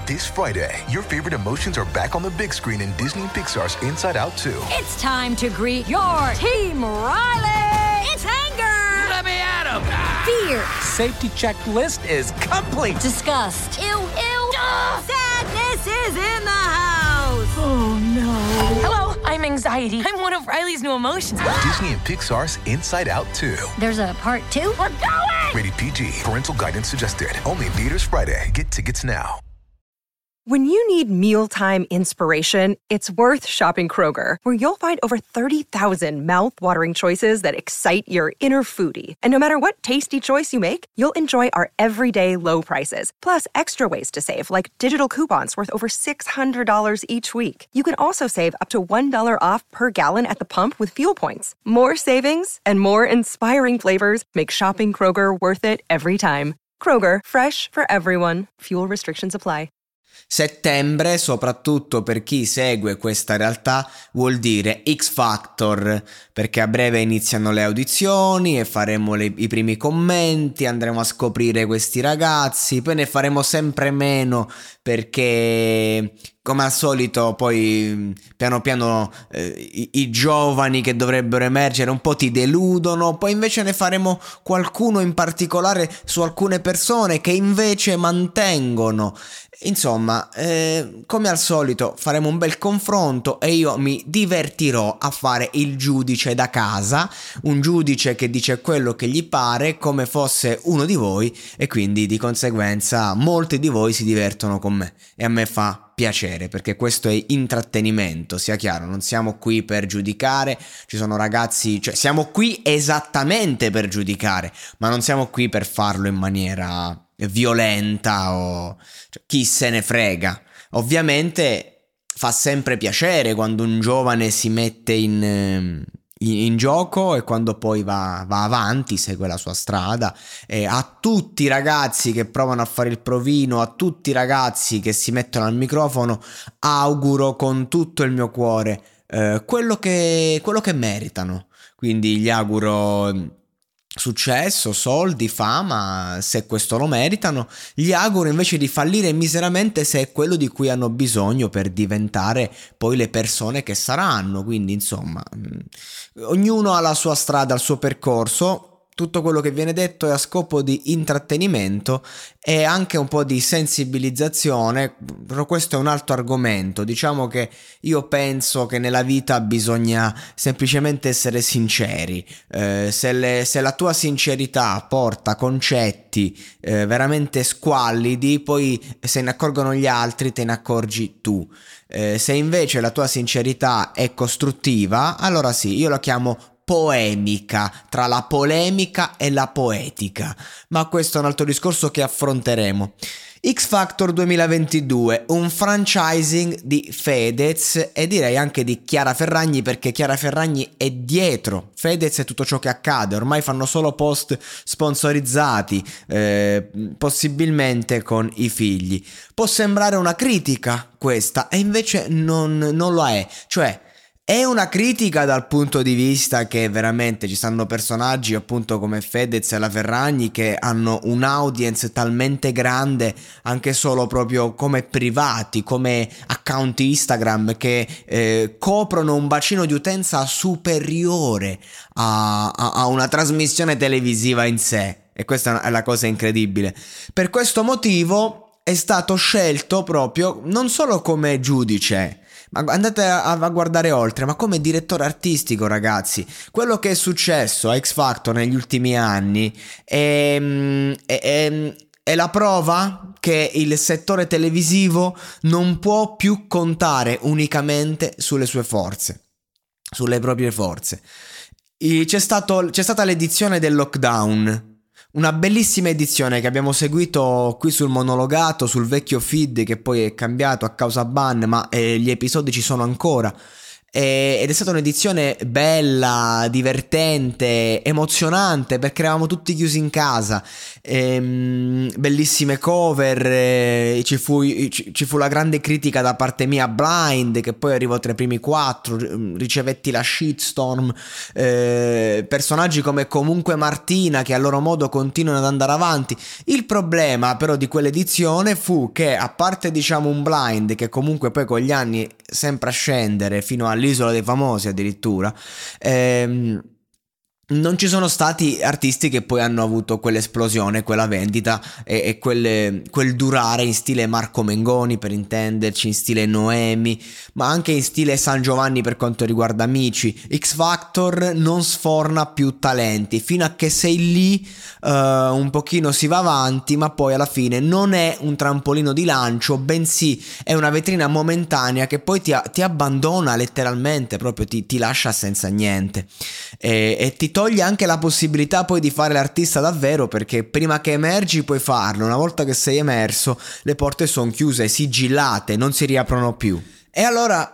This Friday, your favorite emotions are back on the big screen in Disney and Pixar's Inside Out 2. It's time to greet your Team Riley! It's anger! Let me at him! Fear! Safety checklist is complete! Disgust! Ew! Sadness is in the house! Oh no! Hello, I'm anxiety. I'm one of Riley's new emotions. Disney and Pixar's Inside Out 2. There's a part 2? We're going! Rated PG. Parental guidance suggested. Only in theaters Friday. Get tickets now. When you need mealtime inspiration, it's worth shopping Kroger, where you'll find over 30,000 mouth-watering choices that excite your inner foodie. And no matter what tasty choice you make, you'll enjoy our everyday low prices, plus extra ways to save, like digital coupons worth over $600 each week. You can also save up to $1 off per gallon at the pump with fuel points. More savings and more inspiring flavors make shopping Kroger worth it every time. Kroger, fresh for everyone. Fuel restrictions apply. Settembre, soprattutto per chi segue questa realtà, vuol dire X Factor, perché a breve iniziano le audizioni e faremo i primi commenti, andremo a scoprire questi ragazzi, poi ne faremo sempre meno perché, come al solito, poi piano piano i giovani che dovrebbero emergere un po' ti deludono, poi invece ne faremo qualcuno in particolare su alcune persone che invece mantengono. Insomma, come al solito faremo un bel confronto e io mi divertirò a fare il giudice da casa, un giudice che dice quello che gli pare come fosse uno di voi, e quindi di conseguenza molti di voi si divertono con me e a me fa piacere, perché questo è intrattenimento, sia chiaro, non siamo qui per giudicare, ci sono ragazzi, cioè siamo qui esattamente per giudicare, ma non siamo qui per farlo in maniera violenta o cioè, chi se ne frega. Ovviamente fa sempre piacere quando un giovane si mette in gioco e quando poi va avanti, segue la sua strada, e a tutti i ragazzi che provano a fare il provino, a tutti i ragazzi che si mettono al microfono, auguro con tutto il mio cuore quello che meritano. Quindi gli auguro successo, soldi, fama, se questo lo meritano. Gli auguro invece di fallire miseramente se è quello di cui hanno bisogno per diventare poi le persone che saranno. Quindi insomma, ognuno ha la sua strada, il suo percorso. Tutto quello che viene detto è a scopo di intrattenimento e anche un po' di sensibilizzazione, però questo è un altro argomento. Diciamo che io penso che nella vita bisogna semplicemente essere sinceri. Se la tua sincerità porta concetti veramente squallidi, poi se ne accorgono gli altri te ne accorgi tu. Se invece la tua sincerità è costruttiva, allora sì, io la chiamo poemica, tra la polemica e la poetica, ma questo è un altro discorso che affronteremo. X Factor 2022, un franchising di Fedez e direi anche di Chiara Ferragni, perché Chiara Ferragni è dietro Fedez e tutto ciò che accade. Ormai fanno solo post sponsorizzati, possibilmente con i figli. Può sembrare una critica questa e invece non lo è, cioè è una critica dal punto di vista che veramente ci stanno personaggi appunto come Fedez e la Ferragni che hanno un'audience talmente grande anche solo proprio come privati, come account Instagram, che coprono un bacino di utenza superiore a una trasmissione televisiva in sé, e questa è la cosa incredibile. Per questo motivo è stato scelto proprio non solo come giudice, ma andate a guardare oltre, ma come direttore artistico, ragazzi. Quello che è successo a X Factor negli ultimi anni è la prova che il settore televisivo non può più contare unicamente sulle sue forze, sulle proprie forze. C'è stata l'edizione del lockdown, una bellissima edizione che abbiamo seguito qui sul monologato, sul vecchio feed che poi è cambiato a causa ban, ma gli episodi ci sono ancora. ed è stata un'edizione bella, divertente, emozionante, perché eravamo tutti chiusi in casa. Bellissime cover, ci fu la grande critica da parte mia a Blind, che poi arrivò tra i primi 4, ricevetti la shitstorm, personaggi come comunque Martina che a loro modo continuano ad andare avanti. Il problema però di quell'edizione fu che, a parte diciamo un Blind che comunque poi con gli anni sempre a scendere fino all'Isola dei Famosi addirittura, non ci sono stati artisti che poi hanno avuto quell'esplosione, quella vendita e quel durare in stile Marco Mengoni, per intenderci, in stile Noemi, ma anche in stile San Giovanni per quanto riguarda Amici. X Factor non sforna più talenti, fino a che sei lì un pochino si va avanti, ma poi alla fine non è un trampolino di lancio, bensì è una vetrina momentanea che poi ti abbandona letteralmente, proprio ti lascia senza niente, e ti toglie anche la possibilità poi di fare l'artista davvero, perché prima che emergi puoi farlo, una volta che sei emerso le porte sono chiuse, sigillate, non si riaprono più. E allora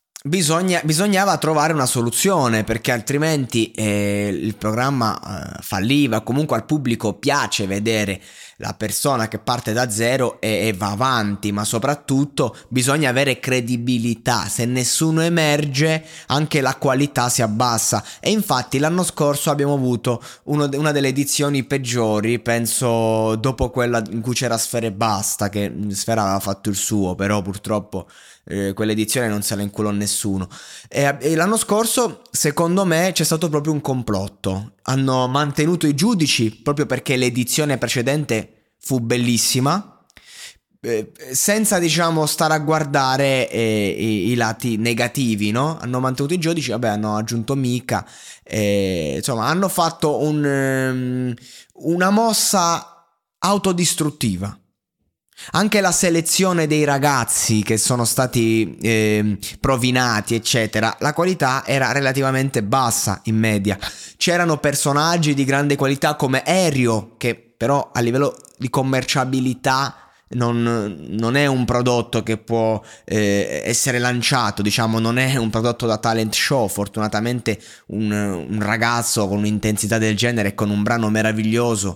bisognava trovare una soluzione, perché altrimenti il programma falliva. Comunque al pubblico piace vedere la persona che parte da zero e va avanti, ma soprattutto bisogna avere credibilità. Se nessuno emerge, anche la qualità si abbassa, e infatti l'anno scorso abbiamo avuto una delle edizioni peggiori, penso dopo quella in cui c'era Sfera e Basta, che Sfera aveva fatto il suo, però purtroppo quell'edizione non se la inculò nessuno. E l'anno scorso secondo me c'è stato proprio un complotto. Hanno mantenuto i giudici proprio perché l'edizione precedente fu bellissima, senza diciamo stare a guardare i lati negativi, no? Hanno mantenuto i giudici, vabbè, hanno aggiunto Mika, insomma hanno fatto una mossa autodistruttiva. Anche la selezione dei ragazzi che sono stati provinati eccetera, la qualità era relativamente bassa in media. C'erano personaggi di grande qualità come Erio, che però a livello di commerciabilità non è un prodotto che può essere lanciato, diciamo, non è un prodotto da talent show. Fortunatamente un ragazzo con un'intensità del genere e con un brano meraviglioso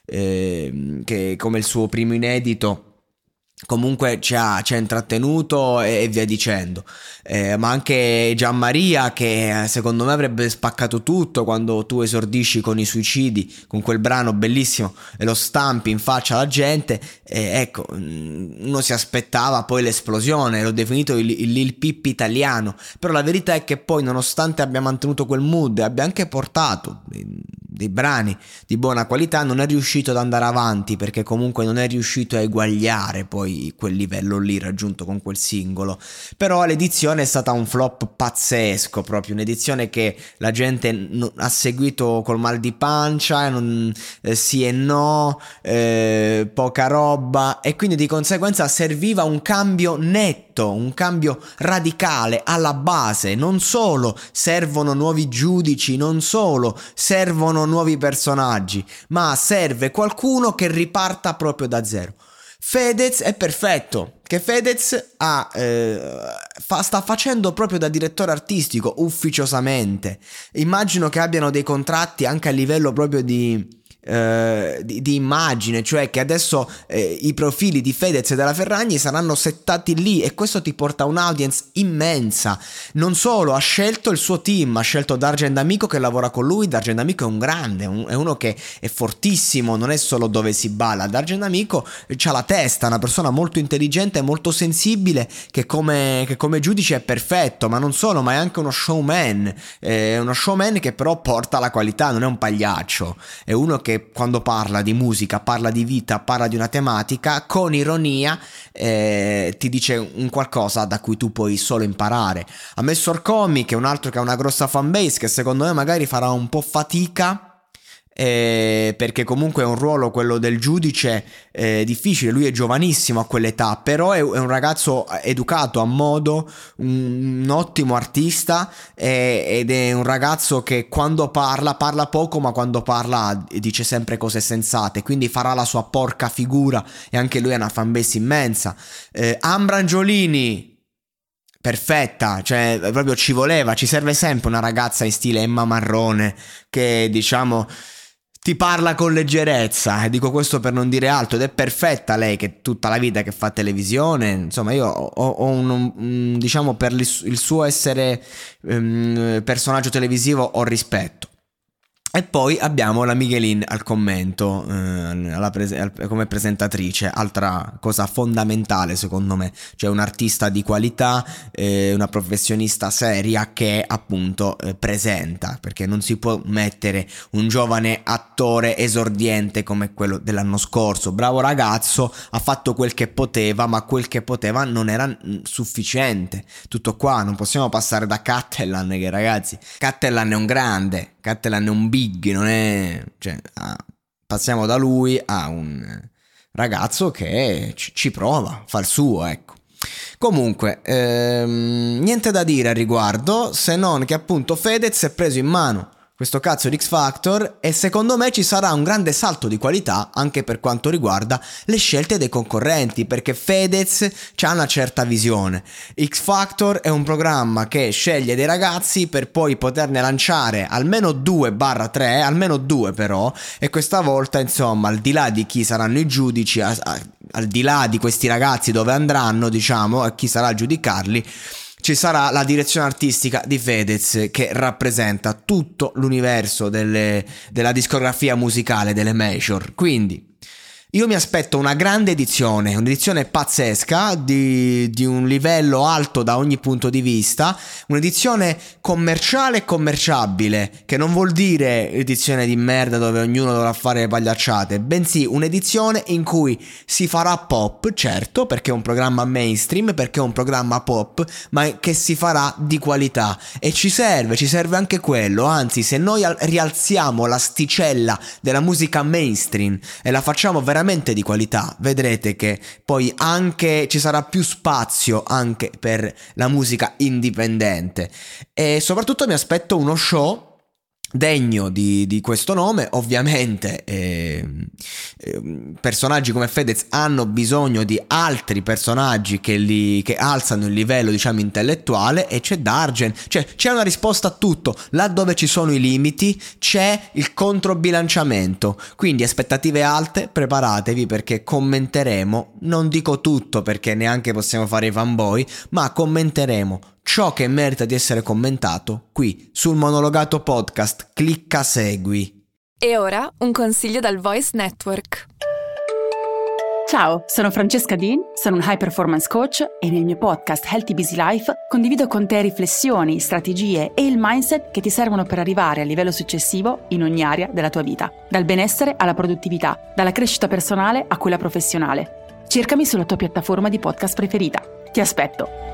che come il suo primo inedito comunque ci ha intrattenuto e via dicendo, ma anche Gianmaria, che secondo me avrebbe spaccato tutto quando tu esordisci con i Suicidi, con quel brano bellissimo e lo stampi in faccia alla gente, ecco, uno si aspettava poi l'esplosione. L'ho definito il Lil Peep italiano, però la verità è che poi, nonostante abbia mantenuto quel mood e abbia anche portato dei brani di buona qualità, non è riuscito ad andare avanti, perché comunque non è riuscito a eguagliare poi quel livello lì raggiunto con quel singolo. Però l'edizione è stata un flop pazzesco, proprio un'edizione che la gente ha seguito col mal di pancia, sì e no, poca roba, e quindi di conseguenza serviva un cambio netto, un cambio radicale alla base. Non solo servono nuovi giudici, non solo servono nuovi personaggi, ma serve qualcuno che riparta proprio da zero. Fedez è perfetto, che Fedez sta facendo proprio da direttore artistico ufficiosamente. Immagino che abbiano dei contratti anche a livello proprio di immagine, cioè che adesso i profili di Fedez e della Ferragni saranno settati lì, e questo ti porta a un'audience immensa. Non solo, ha scelto il suo team, ha scelto Dargen D'Amico che lavora con lui. Dargen D'Amico è un grande, è uno che è fortissimo, non è solo dove si balla. Dargen D'Amico c'ha la testa, è una persona molto intelligente, molto sensibile, che come giudice è perfetto, ma non solo, ma è anche uno showman che però porta la qualità, non è un pagliaccio, è uno che quando parla di musica, parla di vita, parla di una tematica con ironia, ti dice un qualcosa da cui tu puoi solo imparare. Ha messo Orcomi, che è un altro che ha una grossa fanbase, che secondo me magari farà un po' fatica, perché comunque è un ruolo, quello del giudice, difficile. Lui è giovanissimo a quell'età, però è un ragazzo educato a modo, un ottimo artista, ed è un ragazzo che quando parla poco, ma quando parla dice sempre cose sensate, quindi farà la sua porca figura, e anche lui ha una fanbase immensa. Ambra Angiolini, perfetta, cioè proprio ci serve sempre una ragazza in stile Emma Marrone che diciamo ti parla con leggerezza, e dico questo per non dire altro, ed è perfetta lei che tutta la vita che fa televisione, insomma io ho un diciamo per il suo essere personaggio televisivo ho rispetto. E poi abbiamo la Miguelin al commento come presentatrice, altra cosa fondamentale secondo me, cioè un'artista di qualità, una professionista seria che appunto presenta, perché non si può mettere un giovane attore esordiente come quello dell'anno scorso, bravo ragazzo, ha fatto quel che poteva, ma quel che poteva non era sufficiente, tutto qua, non possiamo passare da Catalan, che ragazzi, Catalan è un grande, Catalan è un big, non è, cioè, passiamo da lui a un ragazzo che ci prova, fa il suo, ecco. Comunque niente da dire al riguardo, se non che appunto Fedez è preso in mano questo cazzo di X Factor e secondo me ci sarà un grande salto di qualità anche per quanto riguarda le scelte dei concorrenti, perché Fedez c'ha una certa visione. X Factor è un programma che sceglie dei ragazzi per poi poterne lanciare almeno 2/3, almeno 2 però, e questa volta insomma al di là di chi saranno i giudici, al di là di questi ragazzi dove andranno diciamo e chi sarà a giudicarli, ci sarà la direzione artistica di Fedez che rappresenta tutto l'universo della discografia musicale delle major. Quindi io mi aspetto una grande edizione, un'edizione pazzesca di un livello alto da ogni punto di vista, un'edizione commerciale e commerciabile, che non vuol dire edizione di merda dove ognuno dovrà fare pagliacciate, bensì un'edizione in cui si farà pop, certo, perché è un programma mainstream, perché è un programma pop, ma che si farà di qualità e ci serve anche quello, anzi se noi rialziamo l'asticella della musica mainstream e la facciamo veramente di qualità, vedrete che poi anche ci sarà più spazio anche per la musica indipendente e soprattutto mi aspetto uno show degno di questo nome. Ovviamente personaggi come Fedez hanno bisogno di altri personaggi che alzano il livello diciamo intellettuale, e c'è Dargen, cioè c'è una risposta a tutto, là dove ci sono i limiti c'è il controbilanciamento, quindi aspettative alte, preparatevi perché commenteremo, non dico tutto perché neanche possiamo fare i fanboy, ma commenteremo ciò che merita di essere commentato qui sul Monologato Podcast. Clicca segui. E ora un consiglio dal Voice Network. Ciao, sono Francesca Dean, sono un high performance coach e nel mio podcast Healthy Busy Life condivido con te riflessioni, strategie e il mindset che ti servono per arrivare al livello successivo in ogni area della tua vita, dal benessere alla produttività, dalla crescita personale a quella professionale. Cercami sulla tua piattaforma di podcast preferita. Ti aspetto!